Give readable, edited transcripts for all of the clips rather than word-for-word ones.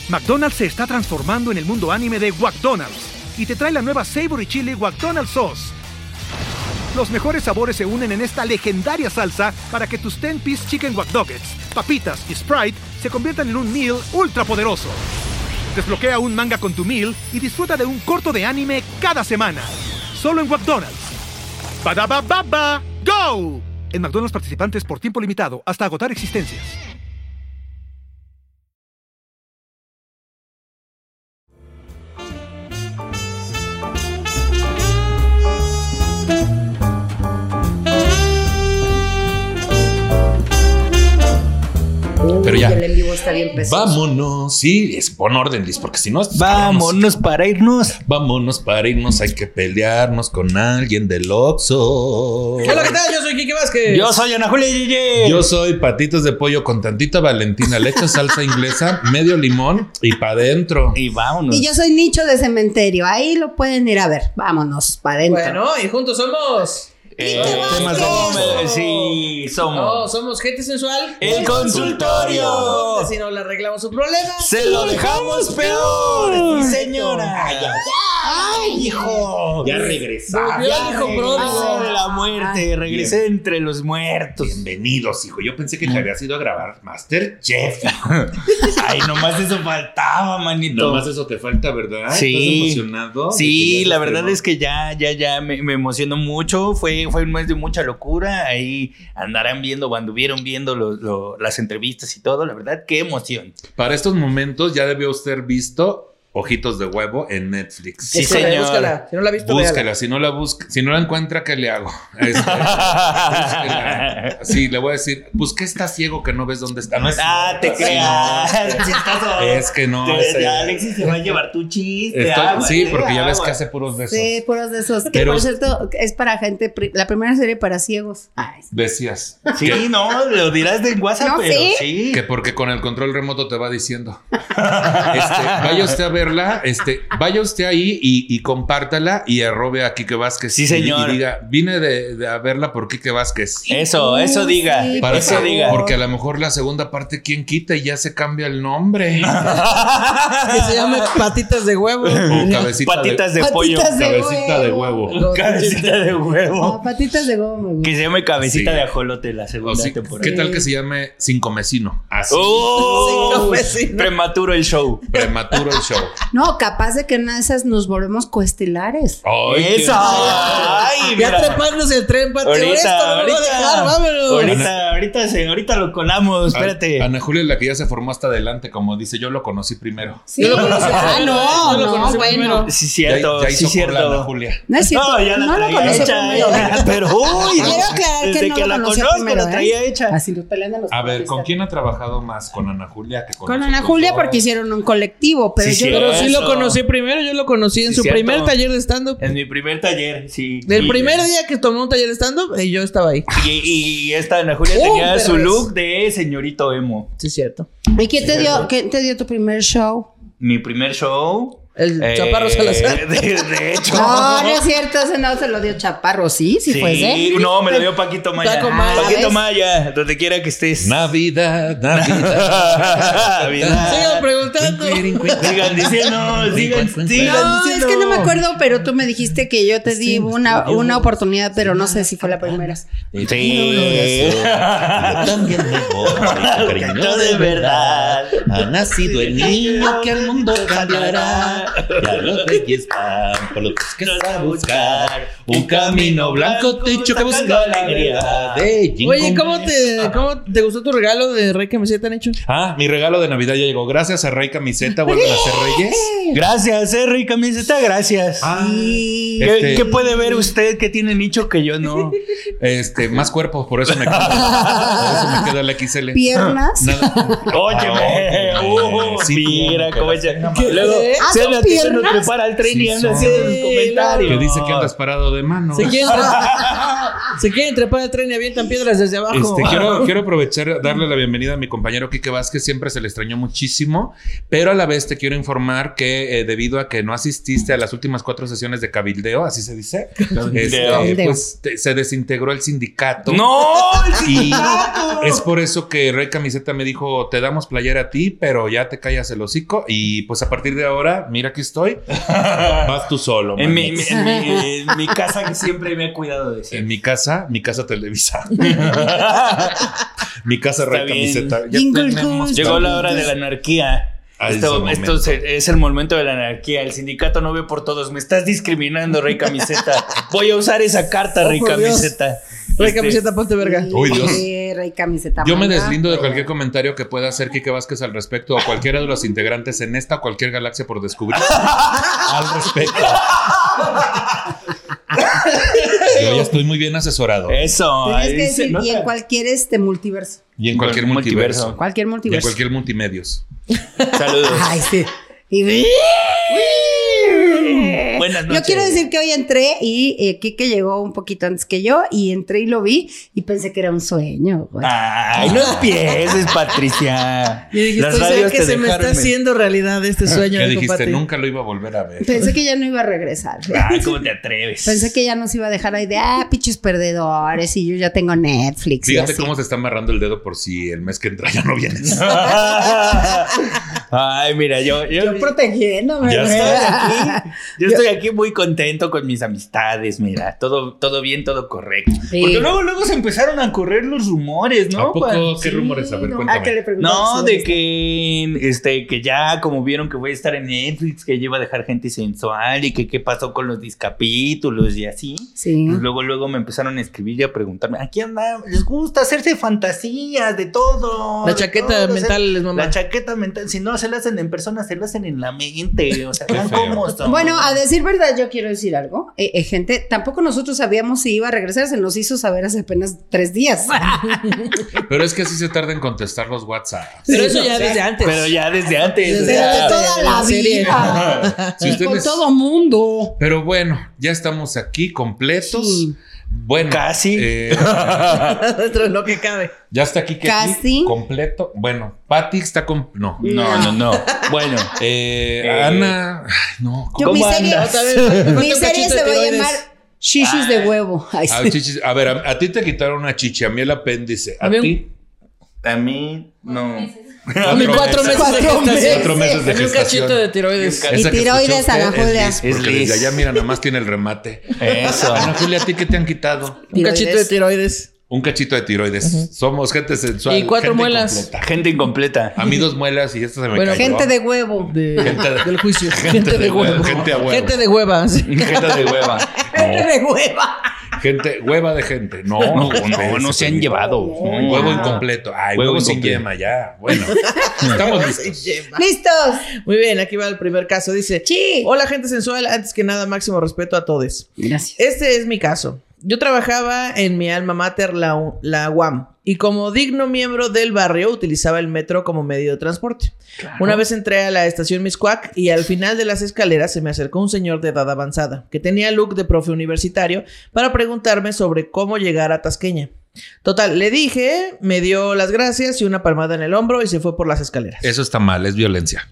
McDonald's se está transformando en el mundo anime de McDonald's y te trae la nueva Savory Chili McDonald's Sauce. Los mejores sabores se unen en esta legendaria salsa para que tus 10-piece chicken wack nuggets, papitas y Sprite se conviertan en un meal ultra poderoso. Desbloquea un manga con tu meal y disfruta de un corto de anime cada semana. Solo en McDonald's. ¡Badabababa! ¡Go! En McDonald's participantes por tiempo limitado hasta agotar existencias. Pero ya. El en vivo está bien pesado. Vámonos. Sí, pon orden, Liz, porque si no... Vámonos para irnos. Vámonos para irnos. Hay que pelearnos con alguien del Oxxo. Hola, ¿qué tal? Yo soy Kike Vázquez. Yo soy Ana Julia Yeye. Yo soy patitas de pollo con tantita Valentina, le echas salsa inglesa, medio limón y pa' dentro. Y vámonos. Y yo soy Nicho de Cementerio. Ahí lo pueden ir a ver. Vámonos para adentro. Bueno, y juntos somos... Sí, somos. No, somos gente sensual. El consultorio. Si no le arreglamos su problema, Se lo dejamos peor. Sí, señora. ¡Ay, hijo! Ya regresamos. volvió el hijo pródigo. De la muerte. Regresé entre los muertos. Bienvenidos, hijo. Yo pensé que te habías ido a grabar MasterChef. Ay, nomás eso faltaba, manito. Nomás eso te falta, ¿verdad? Sí. ¿Estás emocionado? Sí, la verdad es que ya me emocionó mucho. Fue un mes de mucha locura. Ahí anduvieron viendo las entrevistas y todo. La verdad, qué emoción. Para estos momentos ya debió usted visto Ojitos de Huevo en Netflix. Sí, señor. Búscala. Si no la ha visto, Búsquela, véala. si no la encuentra, ¿qué le hago? Búsquela. Sí, le voy a decir, pues ¿qué está ciego que no ves dónde está? No es Te creas. Es que no. Alexis se va a llevar tu chiste. Sí, porque ya ves que hace puros de esos. Sí, puros de esos. Que Pero- por cierto, es para gente. La primera serie para ciegos. Ay, Decías. Sí, no, lo dirás de WhatsApp, No, pero ¿sí? sí. Que porque con el control remoto te va diciendo. Vaya usted a verla, vaya usted ahí y compártala y arrobe a Kike Vázquez. Sí, señor. Y diga, vine a verla por Kike Vázquez. Eso diga. Sí, Para eso que- diga. Porque a lo mejor la segunda parte, ¿quién quita? Y ya se cambia el nombre. Que se llama Patitas de Huevo. O cabecita Patitas de Patitas pollo. de cabecita de huevo. Cabecita de huevo. patitas de goma. Me gusta. Que se llame cabecita Sí. de ajolote la O segunda sí, temporada. ¿qué tal que se llame Cinco Mesino? Así. ¡Oh! Vecino. Prematuro el show. Prematuro el show. No, capaz de que en una de esas nos volvemos coestelares. Ay, qué- ¡Esa! ¡Ay, Ya mira! treparnos el tren, Pati. Esto no lo voy a dejar, vámonos. Ahorita lo colamos, espérate. Ana Julia es la que ya se formó hasta adelante, como dice, yo lo conocí primero. Sí. Yo lo conocí primero, no, yo lo no, conocí bueno. primero. Sí, cierto, Ya hizo sí, cola Ana cierto. Julia. No es cierto. No, ya la no lo traía conocí hecha. primero. Pero, uy, Quiero aclarar desde que no que lo la conocí conozco, primero, la traía hecha. Así nos pelean los A ver, ¿con periodistas. quién ha trabajado más? ¿Con Ana Julia que con Con nosotros Ana Julia dos? porque hicieron un colectivo, pero Sí, yo Pero sí Eso. lo conocí primero. Yo lo conocí en Sí, su cierto. primer taller de stand-up. En mi primer taller, sí. Del Y- primer día que tomé un taller de stand-up, yo estaba ahí. Y esta Ana Julia tenía pero su es- look de señorito emo. Sí, es cierto. ¿Y quién te dio tu primer show? Mi primer show. El Chaparro Salazar. De hecho. No, no es cierto, ese no se lo dio Chaparro, sí fue ese. No, me lo dio Paquito Maya. Paco Maya. Paquito ¿Ves? Maya, donde quiera que estés. Navidad. Sigan preguntando. Sigan diciendo, sigan No, diciendo. es que no me acuerdo, pero tú me dijiste que yo te di una oportunidad, pero no sé si fue la primera. Sí. Yo también me voy, Cariño de verdad. Ha nacido el niño que al mundo cambiará. Ya los reyes van por los que a buscar un camino blanco techo que busca la alegría de Jingle. Oye, ¿cómo te gustó tu regalo de Rey Camiseta han hecho? Ah, mi regalo de Navidad ya llegó. Gracias a Rey Camiseta, vuelven a ser reyes. Gracias, Rey Camiseta, gracias. ¿Qué puede ver usted que tiene nicho que yo no? Más cuerpos, por eso me queda el XL. Piernas. Óyeme. Sí, Mira tú, cómo que ella. Luego Ah, se ¿son no piernas? prepara el tren y Sí, anda son. haciendo sus Sí, comentarios. Que dice que andas parado de mano. ¿Se quieren, Se quieren trepar al tren y avientan piedras desde abajo. Quiero aprovechar, darle la bienvenida a mi compañero Quique Vázquez. Siempre se le extrañó muchísimo, pero a la vez te quiero informar que debido a que no asististe a las últimas 4 sesiones de cabildeo, así se dice, pues se desintegró el sindicato. ¡No! Y es por eso que Rey Camiseta me dijo, te damos playera a ti, pero ya te callas el hocico. Y pues a partir de ahora, mira, aquí estoy. Vas tú solo. En mi casa, que siempre me he cuidado de eso. En mi casa Televisa. Mi casa Rey Camiseta. Llegó la hora de la anarquía. Esto es el momento de la anarquía. El sindicato no ve por todos. Me estás discriminando, Rey Camiseta. Voy a usar esa carta, Rey Camiseta. Rey Camiseta, ponte verga. Uy, Dios. Rey Camiseta. Yo me deslindo de cualquier comentario que pueda hacer Quique Vázquez al respecto, o cualquiera de los integrantes en esta o cualquier galaxia por descubrir al respecto. Yo ya estoy muy bien asesorado. Eso. Tienes que decir, y en cualquier multiverso. Y en cualquier multiverso. Cualquier Y en multiverso. cualquier multimedios. Saludos. Ay, sí. Buenas noches. Yo quiero decir que hoy entré y Kike llegó un poquito antes que yo y entré y lo vi y pensé que era un sueño, güey. Ay, no empieces, Patricia. Y dije, Las estoy segura radios que te se me está dejaron. haciendo realidad este sueño. ¿Qué de dijiste? Pati. Nunca lo iba a volver a ver. Pensé que ya no iba a regresar. Ay, ¿cómo te atreves? Pensé que ya nos iba a dejar ahí de, pinches perdedores y yo ya tengo Netflix. Fíjate y así. cómo se está amarrando el dedo por si el mes que entra ya no vienes. Ay, mira, yo protegiéndome. Ya güey. Yo estoy aquí muy contento con mis amistades, mira, todo bien, todo correcto. Sí. Porque luego se empezaron a correr los rumores, ¿no? ¿A poco? ¿Qué rumores? A ver, cuéntame. ¿Qué le preguntas? No, de que ya como vieron que voy a estar en Netflix, que yo iba a dejar gente sensual y que qué pasó con los discapítulos y así. Sí. Pues luego me empezaron a escribir y a preguntarme, aquí anda, les gusta hacerse fantasías de todo. La de chaqueta todo, mental les mamá. La chaqueta mental, si no se la hacen en persona, se la hacen en la mente. O sea, Qué vean feo. cómo son. Bueno, a decir verdad, yo quiero decir algo. Gente, tampoco nosotros sabíamos si iba a regresar, se nos hizo saber hace apenas 3 días. Pero es que así se tarda en contestar los WhatsApp. Pero eso ya desde antes. Pero ya desde antes. Desde Pero de Ya, toda la serie. vida. Si Y con ustedes- todo mundo. Pero bueno, ya estamos aquí completos. Sí. Bueno, Casi. Dentro de lo que cabe. ya está aquí Casi. completo. Bueno, Pati está no. No. Bueno. Ana, ay, no. Yo, mi ¿Cómo serie, andas? mi serie se va a llamar Shishis de huevo. Ay, sí. Chichis, a ver, a ti te quitaron una chichi, a mí el apéndice. A A mí ti. A mí, no. A mí 4 meses de 4 gestación. meses. 4 meses de A mí un gestación. cachito de tiroides. Y Esa que tiroides escuchó a la usted Julia. Es Liz, porque Es Liz. desde allá, mira, nada más tiene el remate. Eso. Ana Julia, ¿a ti qué te han quitado? Un cachito de tiroides. Un cachito de tiroides. Somos gente sensual. Y 4 gente muelas. incompleta. Gente incompleta. A mí 2 muelas y esta se me Bueno, cayó. Gente de huevo. Del juicio. Gente de huevo. Gente a huevo. Gente de hueva. Sí. Gente de hueva. Gente de hueva. Gente, hueva de gente. No, No se han llevado. Huevo incompleto. Ay, Huevo huevo sin incompleto. yema, ya. Bueno, estamos listos. ¿Listos? Muy bien, aquí va el primer caso. Dice: Sí. Hola, gente sensual. Antes que nada, máximo respeto a todos. Gracias. Este es mi caso. Yo trabajaba en mi alma mater, la UAM, y como digno miembro del barrio utilizaba el metro como medio de transporte. Una vez entré a la estación Miscuac y al final de las escaleras se me acercó un señor de edad avanzada que tenía look de profe universitario para preguntarme sobre cómo llegar a Tasqueña. Total, le dije, me dio las gracias y una palmada en el hombro y se fue por las escaleras. Eso está mal, es violencia.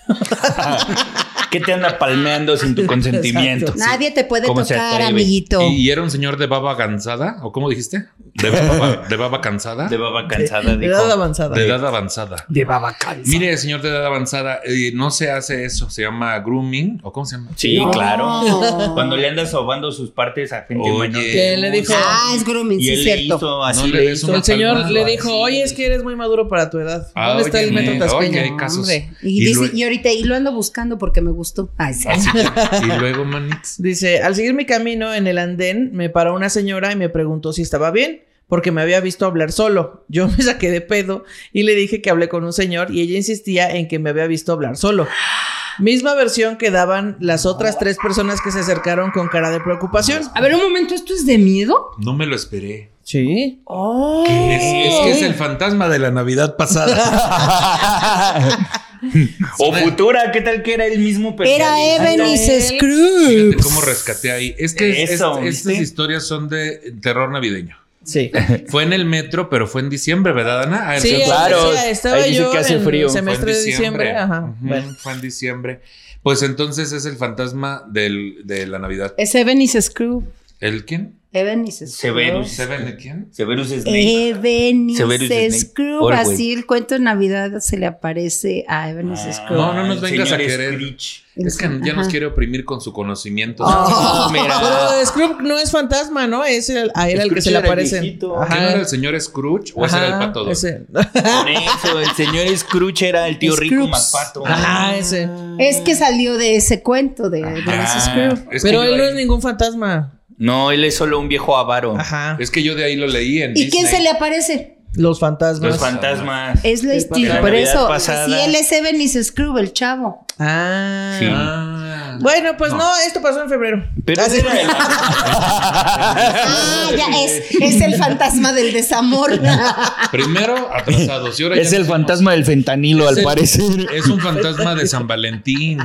¿Qué te anda palmeando sin tu consentimiento? Exacto. Nadie te puede ¿Cómo se tocar, atreve? amiguito. ¿Y era un señor de baba cansada? ¿O cómo dijiste? ¿De baba cansada? De baba cansada, De dijo. edad avanzada. De edad avanzada. De babacanza. Mire, señor de edad avanzada, no se hace eso. Se llama grooming. ¿O cómo se llama? Sí, No. claro. Cuando le andas sobando sus partes a gente Oye. menor. Que le dijo. Es grooming, Y sí, él es le cierto. hizo así. No le le des hizo. una El señor palmada. le dijo, oye, es que eres muy maduro para tu edad. Ah, ¿Dónde está el óyeme, metro tasqueño? oye, hay casos. Hombre. Y, Y dice, luego- y ahorita, y lo ando buscando porque me gustó. Ay, sí. Y luego, Manix. Dice, al seguir mi camino en el andén, me paró una señora y me preguntó si estaba bien, porque me había visto hablar solo. Yo me saqué de pedo y le dije que hablé con un señor y ella insistía en que me había visto hablar solo. Misma versión que daban las otras 3 personas que se acercaron con cara de preocupación. A ver, un momento, ¿esto es de miedo? No me lo esperé. Sí. Oh. Es que es el fantasma de la Navidad pasada. O Futura, ¿qué tal que era el mismo Era Ebenezer Fíjate Scrooge. cómo rescaté ahí. Es que Eso, estas ¿viste? historias son de terror navideño. Sí. Fue en el metro, pero fue en diciembre, ¿verdad, Ana? Ah, Sí, claro. estaba Ahí dice yo que hace en frío. Fue en semestre de diciembre. Ajá. Ujú, Bueno. Fue en diciembre. Pues entonces es el fantasma de la Navidad. Es Ebenezer Scrooge. ¿El quién? Ebenezer Severus. ¿Seven de quién? Severus Snape. Ebenezer Severus Scrooge. Snape. Así el cuento de Navidad se le aparece a Ebenezer Scrooge. No, no nos el vengas a señor querer. Screech. Es que ya nos quiere oprimir con su conocimiento. Oh, mira. Pero Scrooge no es fantasma, ¿no? Es a él al que Scrooge se le era el aparecen. viejito. ¿Qué no era el señor Scrooge o ese era el pato? Donald? ese. Por eso, el señor Scrooge era el tío rico Scrooge. MacPato. Ajá, ese. Es que salió de ese cuento de Ebenezer Scrooge. Es que Pero yo él no ahí- es ningún fantasma. No, él es solo un viejo avaro. Ajá. Es que yo de ahí lo leí en ¿Y quién Disney. se le aparece? Los fantasmas. Los fantasmas. Es la El Steve. pato. Por La Navidad eso, pasada. sí, él es Ebenezer Scrooge, el chavo. Ah. Sí. Ah. Bueno, pues no, esto pasó en febrero. Pero ese era el... Ah, ya es el fantasma del desamor. Primero atrasados. Y ahora Es ya el decimos, fantasma del fentanilo, al el- parecer. Es un fantasma de San Valentín.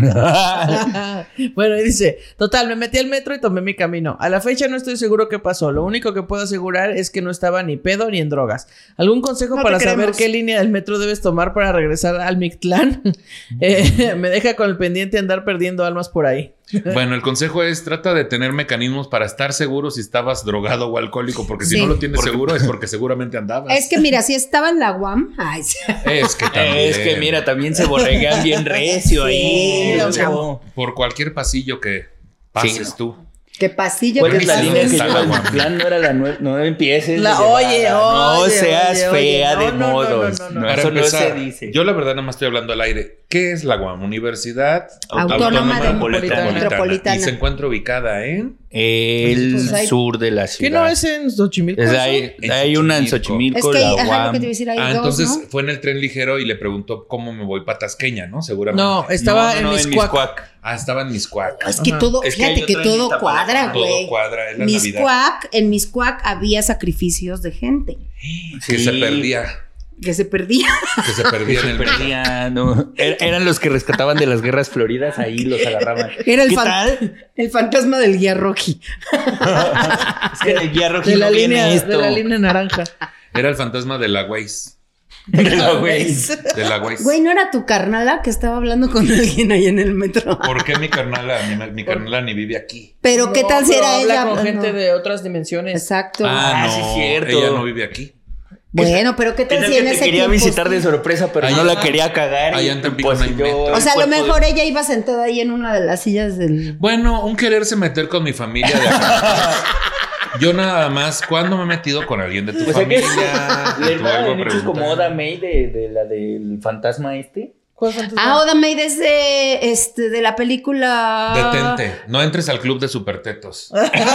Bueno, y dice, total, me metí al metro y tomé mi camino. A la fecha no estoy seguro qué pasó. Lo único que puedo asegurar es que no estaba ni pedo ni en drogas. ¿Algún consejo No para te saber creemos. qué línea del metro debes tomar para regresar al Mictlán? Me deja con el pendiente andar perdiendo almas por ahí. Bueno, el consejo es trata de tener mecanismos para estar seguro si estabas drogado o alcohólico, porque si Sí. no lo tienes seguro es porque seguramente andabas. Es que mira, si estaba en la UAM, ay, sí. Es que también. Es que mira, también se borregan bien recio ahí. Sí, luego. chavo. Por cualquier pasillo que pases Sí, no. tú. qué pasillo. ¿Cuál qué es la pasillo. línea que Está lleva la el guapa. plan? No era la nueva. No empieces. La- de llevada. oye, No oye, seas oye, fea oye. de No, no, no, modos. no, no, no. Para Eso no empezar, se dice. yo la verdad nada más estoy hablando al aire. ¿Qué es la UAM? Universidad Autónoma de Metropolitana. Y se encuentra ubicada en... El Pues hay- sur de la ¿Qué ciudad. no es en Xochimilco? Es eso? hay una en Xochimilco, Es que la ajá, lo UAM. que te iba a decir, hay dos, entonces ¿no? fue en el tren ligero y le preguntó cómo me voy para Tasqueña, ¿no? Seguramente. No, estaba No, en Miscuac. Estaba en Miscuac. Es que Ajá. todo, Es que hay fíjate que otra en todo Iztapalapa. cuadra, Todo güey. cuadra, es la Navidad. Miscuac, en Miscuac había sacrificios de gente Que Sí. se perdía. que se perdía. Que se perdía Que en se el... perdían, ¿no? Eran los que rescataban de las guerras floridas, ahí los agarraban. Era el, ¿Qué tal? el fantasma del guía Rocky. Es que en el guía rojo De la no viene línea, esto. de la línea naranja. Era el fantasma de la Waze. De la güey. De la Waze. Güey, ¿no era tu carnala que estaba hablando con alguien ahí en el metro? ¿Por qué mi carnala? Mi carnala ni vive aquí. Pero ¿qué No, tal si pero era habla ella? con No. gente de otras dimensiones. Exacto. Ah, sí, cierto. Ella no vive aquí. Bueno, pero ¿qué ¿Qué tal tal si que en te ese quería tiempo visitar de sí? sorpresa, pero Allá- no la quería cagar? allá y en Tampico no hay poseyó metro. O sea, a lo el cuerpo mejor de- ella iba sentada ahí en una de las sillas del... Bueno, un quererse meter con mi familia de acá. Yo nada más, ¿cuándo me he metido con alguien de tu O sea que familia? la Y tú hermana algo de Nicho es como preguntas. Oda May de la del fantasma este. ¿Cuál fantasma? Ah, Oda May desde de la película... Detente, no entres al club de supertetos.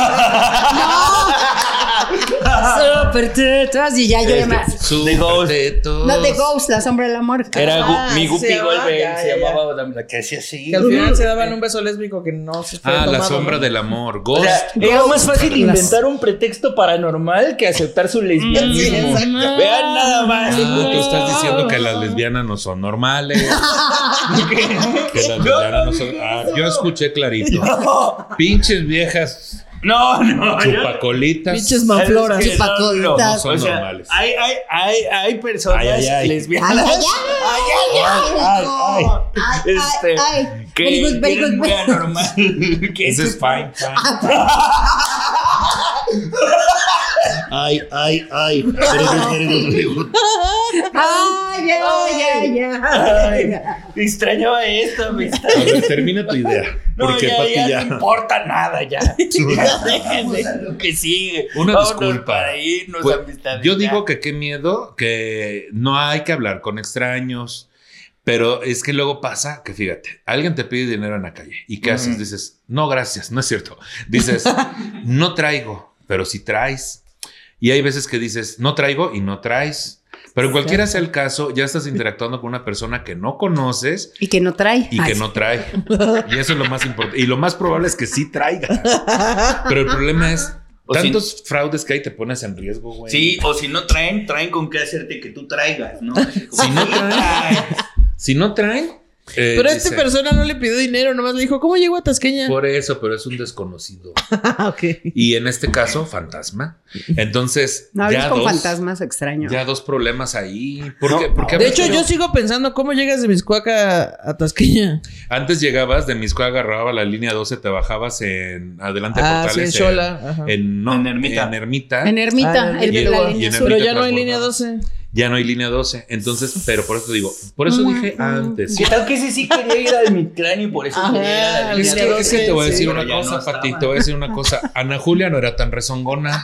Super tetas y ya yo ya me... Supertetos. No, The Ghost, la sombra del amor. Era mi sí Guppy se llamaba, Goldberg, ya, se ya, llamaba ya. Oda May, la que hacía así. Que al final se daban un beso lésbico que no se fue Ah, la tomado, sombra ¿no? del amor. O Ghost. sea, era más fácil Las- inventar un pretexto paranormal que aceptar su lesbianismo. Vean nada más. Tú estás diciendo que las lesbianas no son normales. Que las lesbianas no son. Ah, yo escuché clarito. Pinches viejas No, chupacolitas. Pinches manfloras. Es que Chupacolitas. No son o sea, normales. hay personas Ay. lesbianas. Ay, Este, ay. que Very good, very tienen good. muy anormal. Que Ese es fine. Ay. Ay, ya. Extrañaba esto, me está. A ver, termina tu idea. No, Porque Pati ya no importa nada, ya. Déjenme lo que sigue. Una Vámonos disculpa. para irnos, Pues, amistades, yo ya. digo que qué miedo, que no hay que hablar con extraños. Pero es que luego pasa que, fíjate, alguien te pide dinero en la calle. ¿Y qué haces? Dices, no, gracias, no es cierto. Dices, no traigo, pero si traes. Y hay veces que dices, no traigo y no traes. Pero en cualquiera sea el caso, ya estás interactuando con una persona que no conoces Y que no trae. y que no trae. Y eso es lo más importante. Y lo más probable es que sí traiga. Pero el problema es, O si- tantos fraudes que hay te pones en riesgo, güey. Sí, o si no traen con qué hacerte que tú traigas, ¿no? Si no traen, Si no traen... Pero esta dice, persona no le pidió dinero, nomás le dijo, ¿cómo llego a Tasqueña? Por eso, pero es un desconocido. Ok. Y en este caso, fantasma. Entonces, No hables ya con dos, fantasmas extraños. ya dos problemas ahí. Porque De hecho, yo sigo pensando, ¿cómo llegas de Mixcoac a Tasqueña? antes llegabas de Mixcoac, agarraba la línea 12, te bajabas en adelante de Portales. Sí, en Xola. Ajá. En Ermita. En Ermita, Ah, la y línea en sur. Pero Ermita ya no hay transbordaba. línea 12. Ya no hay línea 12. Entonces, pero por eso digo, por eso dije antes. ¿Qué tal que ese sí quería ir al Mitlán y por eso Ajá, quería ir a la es Es línea que, es que te voy a Sí, decir pero una ya cosa, no Pati, estaba. te voy a decir una cosa. Ana Julia no era tan rezongona.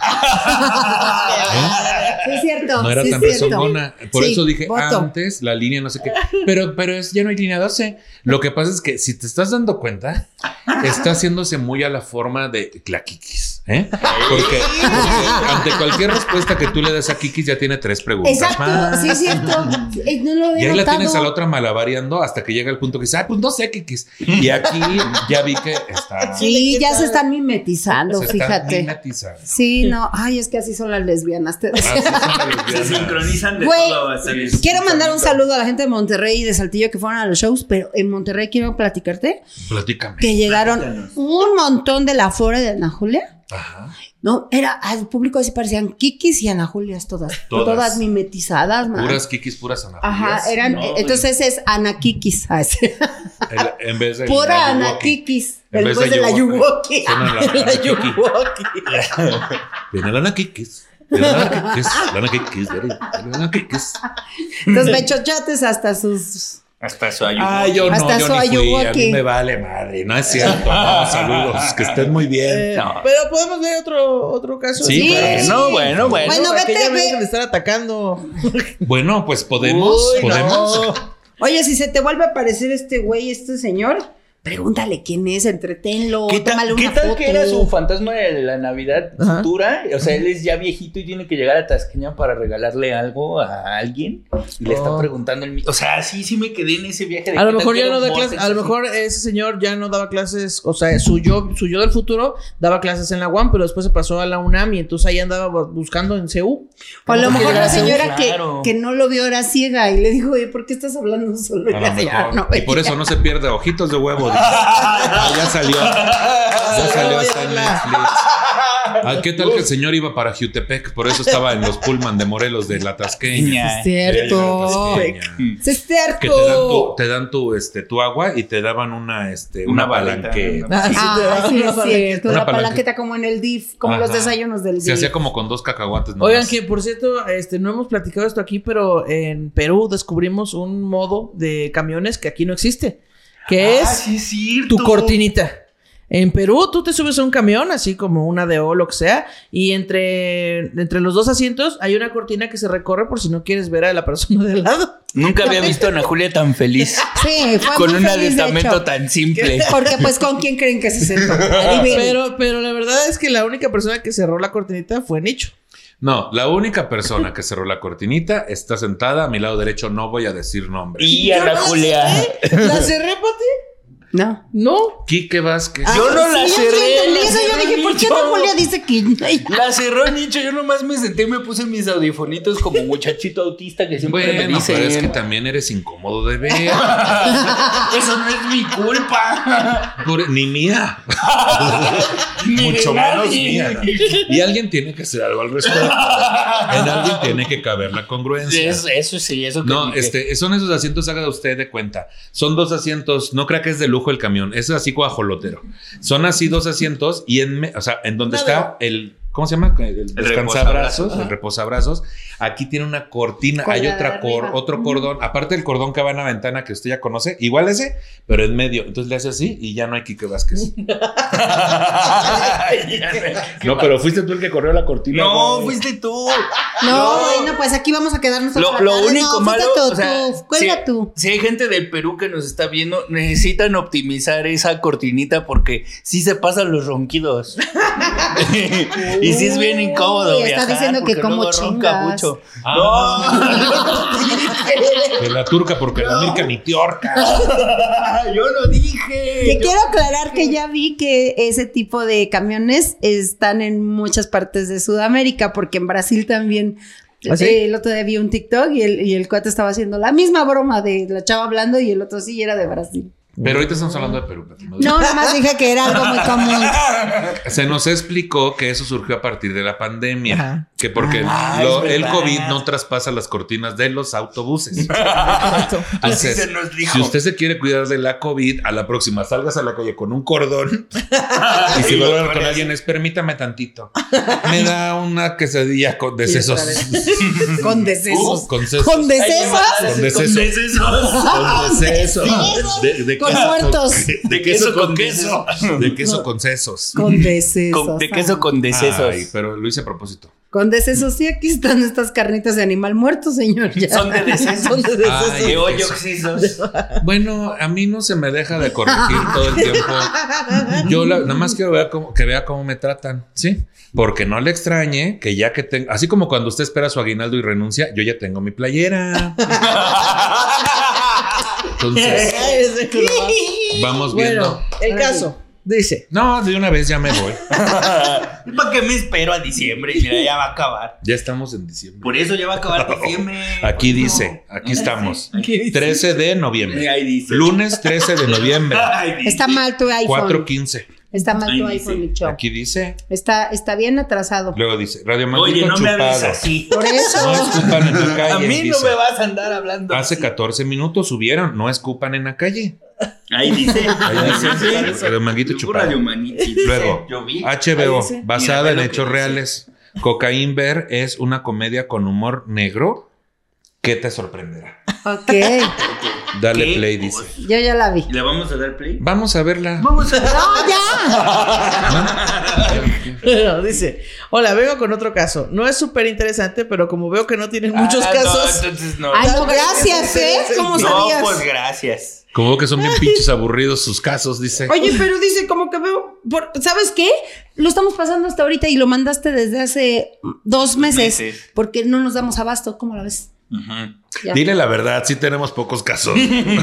Sí, es cierto. No era sí, tan es cierto. rezongona. Por Sí, eso dije voto. antes, la línea no sé qué. Pero ya no hay línea 12. Lo que pasa es que si te estás dando cuenta, está haciéndose muy a la forma de la Kikis. Porque ante cualquier respuesta que tú le des a Kikis ya tiene 3 preguntas Exacto, más. sí es cierto. No lo había Y ahí la notado. tienes a la otra malabareando hasta que llega el punto que dice, pues no sé, Kikis. Y aquí ya vi que está... Sí, ya se están mimetizando, se está fíjate. mimetizando. Sí, no, ay, es que así son las lesbianas. Te decía. Así son las Se lesbianas. sincronizan de Güey, todo. hasta el quiero mandar un sincronizamiento. saludo a la gente de Monterrey y de Saltillo que fueron a los shows, pero en Monterrey quiero platicarte Platícame. que llegaron Platícanos. un montón de la Afore de Ana Julia. Ajá. No, era al público así parecían Kikis y Ana Julias todas Todas. mimetizadas, man. Puras Kikis, puras Ana Ajá, Julias. eran, No, entonces es Ana Kikis. En vez de Pura la Ana Yuwoki. Kikis. En vez Después de la Yuwoki. Suena la Yuwoki. Viene la Ana Kikis. Viene la Ana Kikis. La Ana Kikis. Viene la Ana Kikis. Los bechochotes hasta sus... Hasta su ayuda. Ah, yo no, Hasta yo su ni fui. A Yuwoki. mí me vale madre. No es cierto. No, saludos. Que estén muy bien. No. Pero podemos ver otro caso. Sí, claro. Bueno. Bueno, Para que vete, ya me ve. dejen de estar atacando. Bueno, pues podemos. Uy, Podemos. no. Oye, si se te vuelve a aparecer este güey, este señor, pregúntale quién es, entreténlo, tómale una ¿Qué tal foto. que era su fantasma de la Navidad Ajá. futura? O sea, él es ya viejito y tiene que llegar a Tasqueña para regalarle algo a alguien y le está preguntando el mismo. O sea, sí me quedé en ese viaje de A lo qué tal mejor que ya era no un da clases. bote, A lo así. mejor ese señor ya no daba clases. O sea, su yo del futuro daba clases en la UAM, pero después se pasó a la UNAM y entonces ahí andaba buscando en CEU. O a lo mejor la señora Claro. que no lo vio era ciega y le dijo, oye, ¿por qué estás hablando solo? A lo Ya, mejor. no, Y por ya. eso no se pierde ojitos de huevo. Dice. Ah, ya salió. Ya salió hasta en Netflix. Ah, ¿qué tal que el señor iba para Jutepec? Por eso estaba en los Pullman de Morelos de la Tasqueña. Es cierto. Tasqueña. Es cierto. Que te dan tu agua y te daban una Una palanqueta. balita. Ah, sí, es cierto. Una La palanqueta. palanqueta como en el DIF, como los Ajá. desayunos del Se DIF. hacía como con 2 cacahuates. nomás. Oigan, que por cierto, no hemos platicado esto aquí, pero en Perú descubrimos un modo de camiones que aquí no existe. Que es Sí, es cierto. tu cortinita. En Perú tú te subes a un camión, así como una de O, lo que sea, y entre los dos asientos hay una cortina que se recorre por si no quieres ver a la persona de al lado. Nunca había visto a Ana Julia tan feliz. Sí, fue Con muy un feliz, de adiestramiento hecho. tan simple. Porque pues con quién creen que se sentó. Adivinen. Pero la verdad es que la única persona que cerró la cortinita fue Nicho. No, la única persona que cerró la cortinita está sentada a mi lado derecho. No voy a decir nombre. Y Ana Julia. ¿La cerré, Pati? No. No. Quique Vázquez. Yo no la Sí, yo cerré. entendí la eso, yo cerró dije, ¿por qué Nicho. no Julia dice que La cerró Nicho. Yo nomás me senté y me puse mis audifonitos como muchachito autista que siempre me Bueno, dicen. pero es que también eres incómodo de ver. Eso no es mi culpa. Ni mía. Ni Mucho de menos nadie. mía. Y alguien tiene que hacer algo al respecto. En alguien tiene que caber la congruencia. Eso sí, eso que No, son esos asientos, haga usted de cuenta. Son 2 asientos, no crea que es de lujo el camión, es así guajolotero. Son así 2 asientos y en donde está el, ¿cómo se llama? El descansabrazos, el reposabrazos. Aquí tiene una cortina, Con hay la de arriba. otro cordón, aparte del cordón que va en la ventana que usted ya conoce, igual ese, pero en medio. Entonces le hace así y ya no hay Quique Vázquez. No, pero fuiste tú el que corrió la cortina. No, güey. fuiste tú. No, bueno, pues aquí vamos a quedarnos toda la Lo tarde. único No, malo, fuiste tú, o sea, tú, cuelga tú. si hay gente del Perú que nos está viendo, necesitan optimizar esa cortinita porque sí se pasan los ronquidos. Y sí es bien incómodo Uy, está viajar diciendo que porque como luego ronca chingas. mucho. De la turca, porque la Mirka ni te ahorca. Yo lo dije. Te quiero aclarar que ya vi que ese tipo de camiones están en muchas partes de Sudamérica, porque en Brasil también ¿Ah, sí? El otro día vi un TikTok y el cuate estaba haciendo la misma broma de la chava hablando y el otro sí era de Brasil. Pero ahorita estamos hablando de Perú. No, nada más dije que era algo muy común. Se nos explicó que eso surgió a partir de la pandemia. Ajá. Que porque es el verdad. COVID no traspasa las cortinas de los autobuses. Correcto. Así Entonces, se nos dijo. si usted se quiere cuidar de la COVID, a la próxima salgas a la calle con un cordón. Y si va a hablar con alguien es, permítame tantito. Me da una quesadilla con de sesos. Con decesos. Con sesos. ¿Con decesos? Con decesos. Con decesos. De Con queso, muertos. De queso con queso. De queso con sesos. Con decesos. De queso con decesos. Ay, pero lo hice a propósito. Con decesos, sí, aquí están estas carnitas de animal muerto, señor. Ya. Son de decesos. Son de decesos. Ay, De hoyo oxisos. Bueno, a mí no se me deja de corregir todo el tiempo. Yo nada más quiero ver que vea cómo me tratan, ¿sí? Porque no le extrañe que ya que tengo... Así como cuando usted espera su aguinaldo y renuncia, yo ya tengo mi playera. Entonces, vamos viendo. Bueno, el caso dice. No, de una vez ya me voy. ¿Para qué me espero a diciembre? Y mira, ya va a acabar. Ya estamos en diciembre. Por eso ya va a acabar diciembre. Aquí dice, aquí estamos. ¿Qué dice? 13 de noviembre. Ahí dice. Lunes 13 de noviembre. Ay, dice. Está mal tu iPhone. 4:15. Está mal tu Ahí iPhone, dice. Micho. Aquí dice. Está bien atrasado. Luego dice, Radio Maldito Oye, no me hables chupado. así. Por eso. No escupan en la calle. A mí no dice. me vas a andar hablando. Hace así. 14 minutos subieron, no escupan en la calle. Ahí dice. Ahí dice, Radio Manguito chupado. Radio Manguito. Luego, Yo vi. HBO, Ahí dice. basada Mira, en ve lo hechos que reales. Cocaine Bear es una comedia con humor negro que te sorprenderá. Ok. Dale ¿Qué? play, dice. Yo ya la vi. ¿Le vamos a dar play? Vamos a verla. Vamos a ¡No, ya! Bueno, dice, hola, vengo con otro caso. No es súper interesante, pero como veo que no tienen muchos casos. No, entonces no. Ay, no, gracias, ¿eh? ¿Cómo No, sabías? pues gracias. Como que son bien pinches aburridos sus casos, dice. Oye, pero dice como que veo... ¿Sabes qué? Lo estamos pasando hasta ahorita y lo mandaste desde hace 2 meses. Porque no nos damos abasto. ¿Cómo la ves? Ya. Dile la verdad, sí tenemos pocos casos.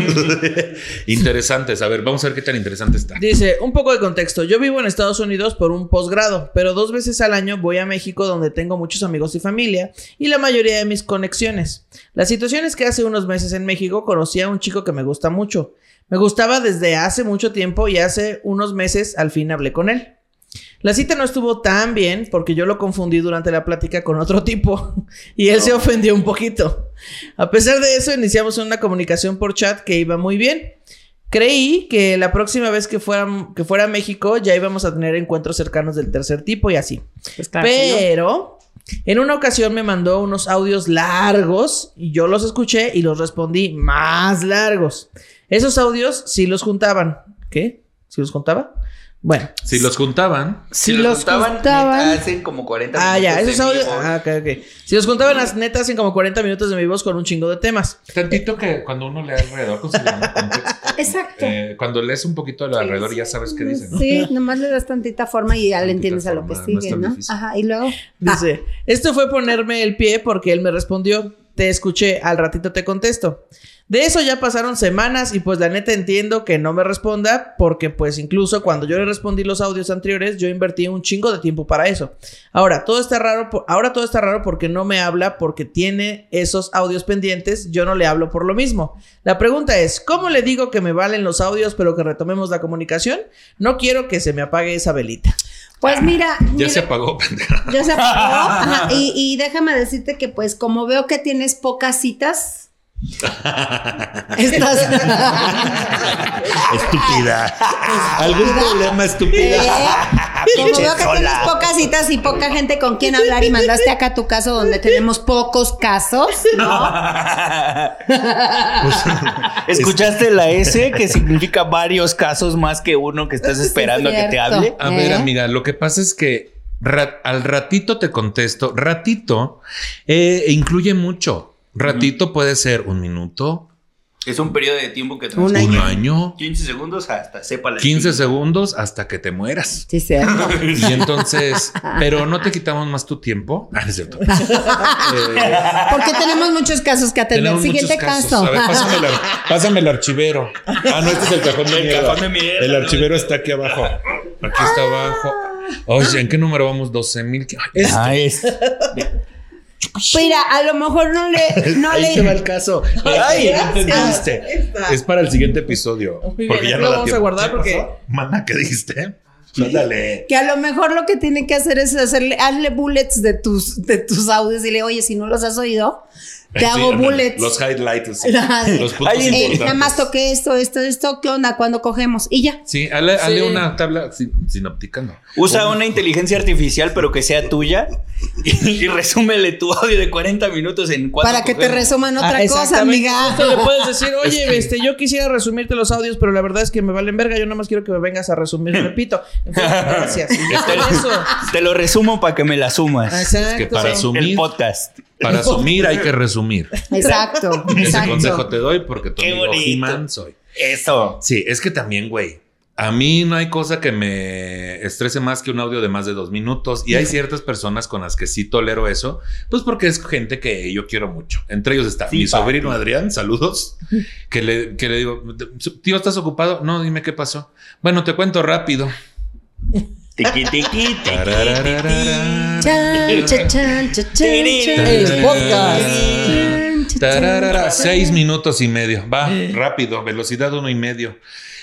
Interesantes. A ver, vamos a ver qué tan interesante está. Dice, un poco de contexto. Yo vivo en Estados Unidos por un posgrado, pero 2 veces al año voy a México donde tengo muchos amigos y familia y la mayoría de mis conexiones. La situación es que hace unos meses en México conocí a un chico que me gusta mucho. Me gustaba desde hace mucho tiempo y hace unos meses al fin hablé con él. La cita no estuvo tan bien porque yo lo confundí durante la plática con otro tipo y él se ofendió un poquito. A pesar de eso, iniciamos una comunicación por chat que iba muy bien. Creí que la próxima vez que fuera a México ya íbamos a tener encuentros cercanos del tercer tipo y así. Pues claro, Pero en una ocasión me mandó unos audios largos y yo los escuché y los respondí más largos. Esos audios sí los juntaban. ¿Qué? ¿Sí los juntaba? Bueno. Si los juntaban, Si los juntaban, neta, hacen como 40 minutos. Ah, ya, esos de audios. vivo. Ah, ok. Si los juntaban las netas en como 40 minutos de mi voz con un chingo de temas. tantito que cuando uno lee alrededor, ¿cómo se llama? Contexto. Exacto. Cuando lees un poquito de alrededor ya sabes qué dice, ¿no? Sí, nomás le das tantita forma y ya le Tantita entiendes a lo que forma, no es sigue, tan ¿no? difícil. Ajá, y luego... Dice, esto fue ponerme el pie porque él me respondió, te escuché, al ratito te contesto. De eso ya pasaron semanas y pues la neta entiendo que no me responda porque pues incluso cuando yo le respondí los audios anteriores yo invertí un chingo de tiempo para eso. Ahora todo está raro porque no me habla porque tiene esos audios pendientes, yo no le hablo por lo mismo. La pregunta es, ¿cómo le digo que me valen los audios pero que retomemos la comunicación? No quiero que se me apague esa velita. Pues mira... Ya se apagó, pendeja. Ya se apagó. Ajá, y déjame decirte que pues como veo que tienes pocas citas... Estás... Estúpida. ¿Algún problema, estúpida? Como veo que tienes pocas citas y poca gente con quien hablar y mandaste acá tu caso donde tenemos pocos casos, ¿no? ¿Escuchaste la S que significa varios casos más que uno que estás esperando a que te hable? A ver, amiga, lo que pasa es que al ratito te contesto. Ratito incluye mucho. Ratito puede ser 1 minuto, Es un periodo de tiempo que Un un año. año, 15 segundos hasta sepa la 15 segundos hasta que te mueras. Sí, cierto. Y entonces, pero no te quitamos más tu tiempo. Ah, es cierto. Porque tenemos muchos casos que atender. Tenemos Siguiente muchos casos. caso. A ver, pásame el archivero. Ah, no, este es el cajón de mierda. cajón de mierda. El archivero está aquí abajo. Aquí está abajo. Oye, ¿en qué número vamos? 12,000. Mira, a lo mejor no Ahí te va el caso. Ay, ¿qué entendiste? Está. Es para el siguiente episodio. Muy Porque bien, ya aquí no lo da vamos a tiempo. guardar ¿Qué porque- pasó? Mana, ¿qué dijiste? Dale. Que a lo mejor lo que tiene que hacer es hazle bullets de tus audios. Dile, oye, si no los has oído, te hago Sí, bullets. Los highlights. Sí. Ajá. Los puntos importantes. Nada más toqué esto, ¿qué onda? ¿Cuándo cogemos? Y ya. Sí, hazle Sí. una tabla sinóptica, ¿no? Usa una inteligencia artificial, pero que sea tuya. Y resúmele tu audio de 40 minutos en 4. Para que te resuman otra cosa, exactamente. amiga. Justo le puedes decir, oye, yo quisiera resumirte los audios, pero la verdad es que me valen verga. Yo nada más quiero que me vengas a resumir, repito. Entonces, gracias. Y ya con eso. Te lo resumo para que me la sumas. Exacto. que para su- El podcast. Para asumir hay que resumir. Exacto. Ese consejo te doy porque tu Qué amigo bonito. He-Man soy. Eso. Sí, es que también, güey. A mí no hay cosa que me estrese más que un audio de más de 2 minutos. Y hay ciertas personas con las que sí tolero eso. Pues porque es gente que yo quiero mucho. Entre ellos está Sí, mi papi. sobrino Adrián, saludos. Que le digo, tío, ¿estás ocupado? No, dime qué pasó. Bueno, te cuento rápido. Tiqui, tiqui, tiqui, Tararararara. Chan, chan, chan, chan, chan, El podcast. chan, chan, Tararara, chan. 6 minutos y medio. Va, rápido, velocidad 1.5.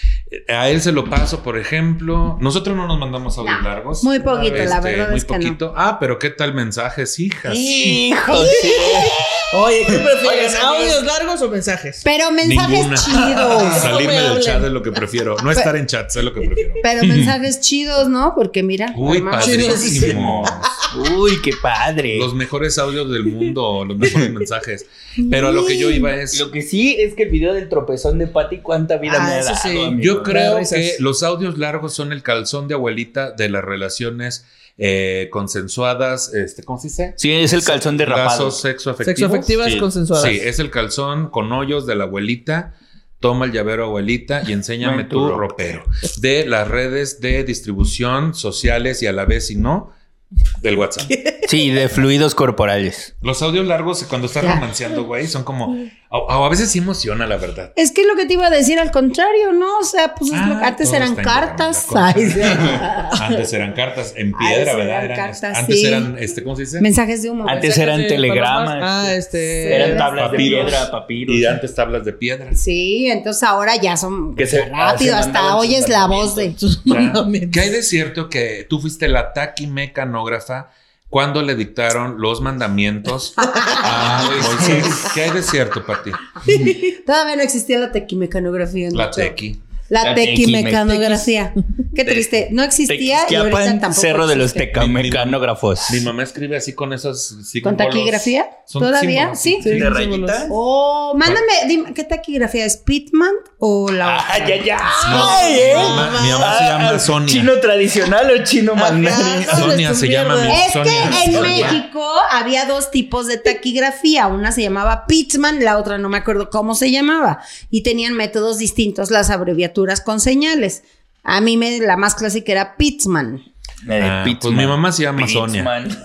A él se lo paso, por ejemplo. Nosotros no nos mandamos audios No, largos. muy poquito, la verdad muy es que no. poquito. Ah, pero ¿qué tal mensajes, hijas? Hijo, sí. Oye, ¿qué prefieres? Oye, señor. ¿Audios largos o mensajes? Pero mensajes Ninguna. chidos. Salirme No me del hablen. chat es lo que prefiero. No estar en chat, es lo que prefiero. Pero mensajes chidos, ¿no? Porque mira. Uy, hermano, padrísimo. Uy, qué padre. Los mejores audios del mundo, los mejores mensajes. Pero a lo que yo iba es... Lo que sí es que el video del tropezón de Patty, ¿cuánta vida Ah, me ha eso dado, sí. amigo? Yo creo risas. que los audios largos son el calzón de abuelita de las relaciones consensuadas, ¿cómo se dice? Sí, es el calzón derrapado. Lazos sexoafectivos. Sexoafectivas Sí. consensuadas. Sí, es el calzón con hoyos de la abuelita. Toma el llavero, abuelita, y enséñame No, tu tu ropero. De las redes de distribución sociales y a la vez, si no, del WhatsApp. Sí, de fluidos corporales. Los audios largos, cuando estás Ya. romanceando, güey, son como... A veces sí emociona, la verdad. Es que lo que te iba a decir al contrario, ¿no? O sea, pues es antes todo eran está cartas. inventado. Ay, sí. Antes eran cartas en piedra, Antes ¿verdad? eran cartas, antes sí. eran, ¿cómo se dice? Mensajes de humo. Antes eran de telegramas. palomas. Eran tablas Papiros. de piedra, papiros. Y antes tablas de piedra. Sí, entonces ahora ya son Que se- rápido, se hasta mandaban sus oyes la voz de. Mandamientos. ¿Qué hay de cierto que tú fuiste la taquimecanógrafa cuando le dictaron los mandamientos a Moisés? ¿Qué hay de cierto para ti? Todavía no existía la tequimecanografía. La ¿no? tequi. La La tequimecanografía. Qué triste. No existía y ahorita Tequisquiapan, tampoco Cerro de los existe. tecamecanógrafos. Mi mamá escribe así con esos símbolos. ¿Con taquigrafía? Son ¿Todavía? símbolos. Sí. Sí. ¿De rayita? Oh, mándame, dime, ¿qué taquigrafía es? ¿Pitman o la otra? ¡Ay, ay, No, ay! mi mamá se llama Sonia. ¿Chino tradicional o chino mandarín? Sonia se llama mi Es Sonia. que en Sonia. México había dos tipos de taquigrafía. Una se llamaba Pitman, la otra no me acuerdo cómo se llamaba. Y tenían métodos distintos, las abreviaturas con señales. A mí la más clásica era Pitman. Pues mi mamá se llama Sonia.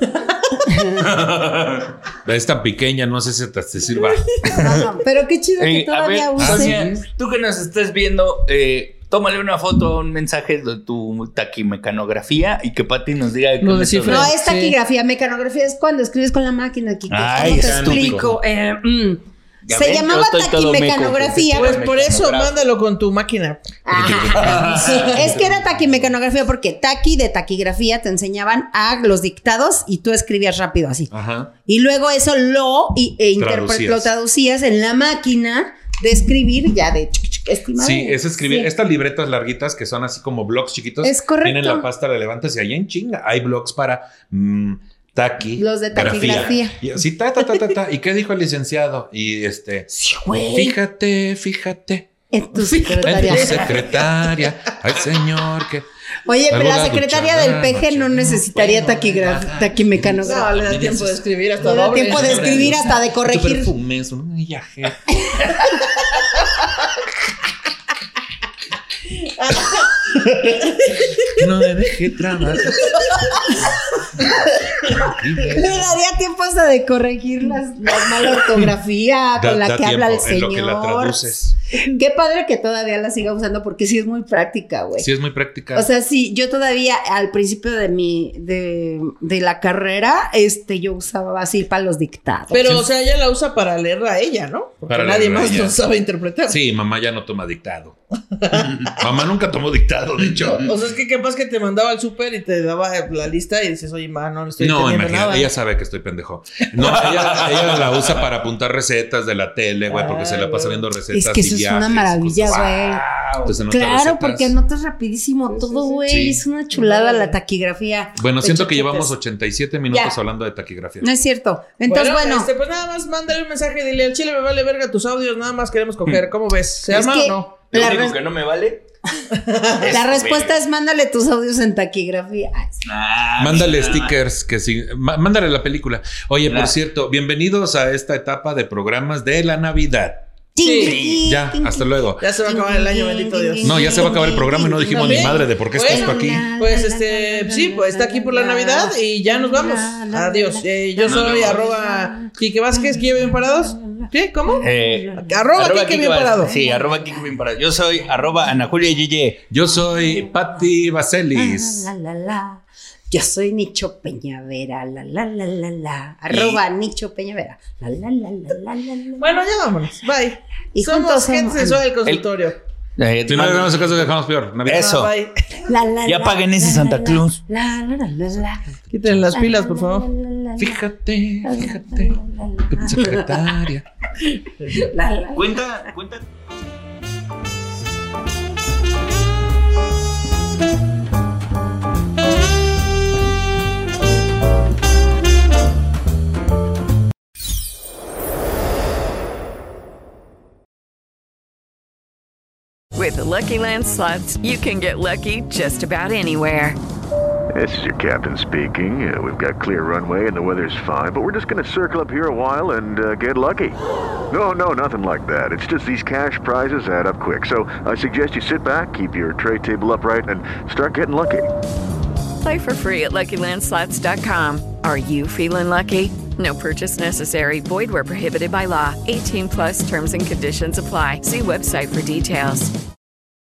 Sonia. Es tan pequeña, no sé si te sirva. No, pero qué chido que todavía use. Sonia, tú que nos estés viendo, tómale una foto, un mensaje de tu taquimecanografía y que Pati nos diga de qué Lo método descifra. No, es. es taquigrafía. Mecanografía es cuando escribes con la máquina, Kike. Ay, ¿Cómo te está explico? Ya Se ven, llamaba yo estoy todo meco, taquimecanografía. Pues por eso, mándalo con tu máquina. Ajá. Es que era taquimecanografía porque taqui de taquigrafía te enseñaban a los dictados y tú escribías rápido así. Ajá. Y luego eso lo traducías en la máquina de escribir ya de estimado. Sí, es escribir. Sí. Estas libretas larguitas que son así como blogs chiquitos. Es correcto. Tienen la pasta, la levantas y ahí en chinga. Hay blogs para taqui. Los de taquigrafía. Y así, ta. ¿Y qué dijo el licenciado? Y Güey, fíjate. en tu En secretaria. tu secretaria. Ay, señor, que. Oye, pero la Saluda, secretaria duchada, del PG no noche. necesitaría Bueno, taquimecanografía. No, le da tiempo de escribir hasta Le da doble. tiempo de escribir hasta de Tu corregir. perfume es un viaje. Que no me deje trabajar. Le daría tiempo hasta de corregir la mala ortografía con la que habla el en lo que la señor. traduces. Qué padre que todavía la siga usando porque sí es muy práctica, güey. Sí, es muy práctica. O sea, sí, yo todavía al principio de la carrera, yo usaba así para los dictados. Pero, o sea, ella la usa para leerla a ella, ¿no? Porque Para nadie leerla a más ella. lo sabe interpretar. Sí, mamá ya no toma dictado. Mamá nunca tomó dictado, de hecho. O sea, es que capaz que te mandaba al súper y te daba la lista y dices, oye, ma, no le estoy No, entendiendo imagínate, nada. ella sabe que estoy pendejo. No, ella la usa para apuntar recetas de la tele, güey, porque se la pasa viendo recetas. Es que y eso es viajes, una maravilla, cosas. güey. Entonces, anota Claro, recetas. porque anotas rapidísimo todo, güey. Sí. Es una chulada la taquigrafía. Bueno, de siento que chiquitas. llevamos 87 minutos Ya. hablando de taquigrafía. No es cierto. Entonces, bueno. Pues nada más mándale un mensaje, dile al chile me vale verga tus audios, nada más queremos coger. ¿Cómo ves? ¿Se Es arma que- o no? Lo La único res- que no me vale. La respuesta es mándale tus audios en taquigrafía. Ay, sí. Mándale stickers, que sí. Mándale la película. Oye, Claro. por cierto, bienvenidos a esta etapa de programas de la Navidad. Sí. Ya, hasta luego. Ya se va a acabar el año, bendito Dios. No, ya se va a acabar el programa y no dijimos ni También. madre de por qué estás tú aquí. Pues sí, pues está aquí por la Navidad y ya nos vamos. Adiós. Yo soy arroba Quique Vázquez, ¿Quique bien parados? ¿Sí? ¿Cómo? Arroba Quique bien parado. Sí, arroba Quique bien parado. Yo soy arroba Ana Julia Yeye. Yo soy Patti Vaselis. La, la, la, la. Yo soy Nicho Peñavera, la. Arroba Nicho Peñavera, la. Bueno, ya vámonos. Bye. Y Somos juntos gente somos- sensual del consultorio. Si no le damos caso, dejamos peor. Navidad. Eso. Bye. Ya paguen ese Santa Claus. Quiten las pilas, por favor. Fíjate, secretaria. Cuenta. With the Lucky Land Slots, you can get lucky just about anywhere. This is your captain speaking. We've got clear runway and the weather's fine, but we're just going to circle up here a while and get lucky. No, nothing like that. It's just these cash prizes add up quick. So I suggest you sit back, keep your tray table upright, and start getting lucky. Play for free at LuckyLandSlots.com. Are you feeling lucky? No purchase necessary. Void where prohibited by law. 18+ terms and conditions apply. See website for details.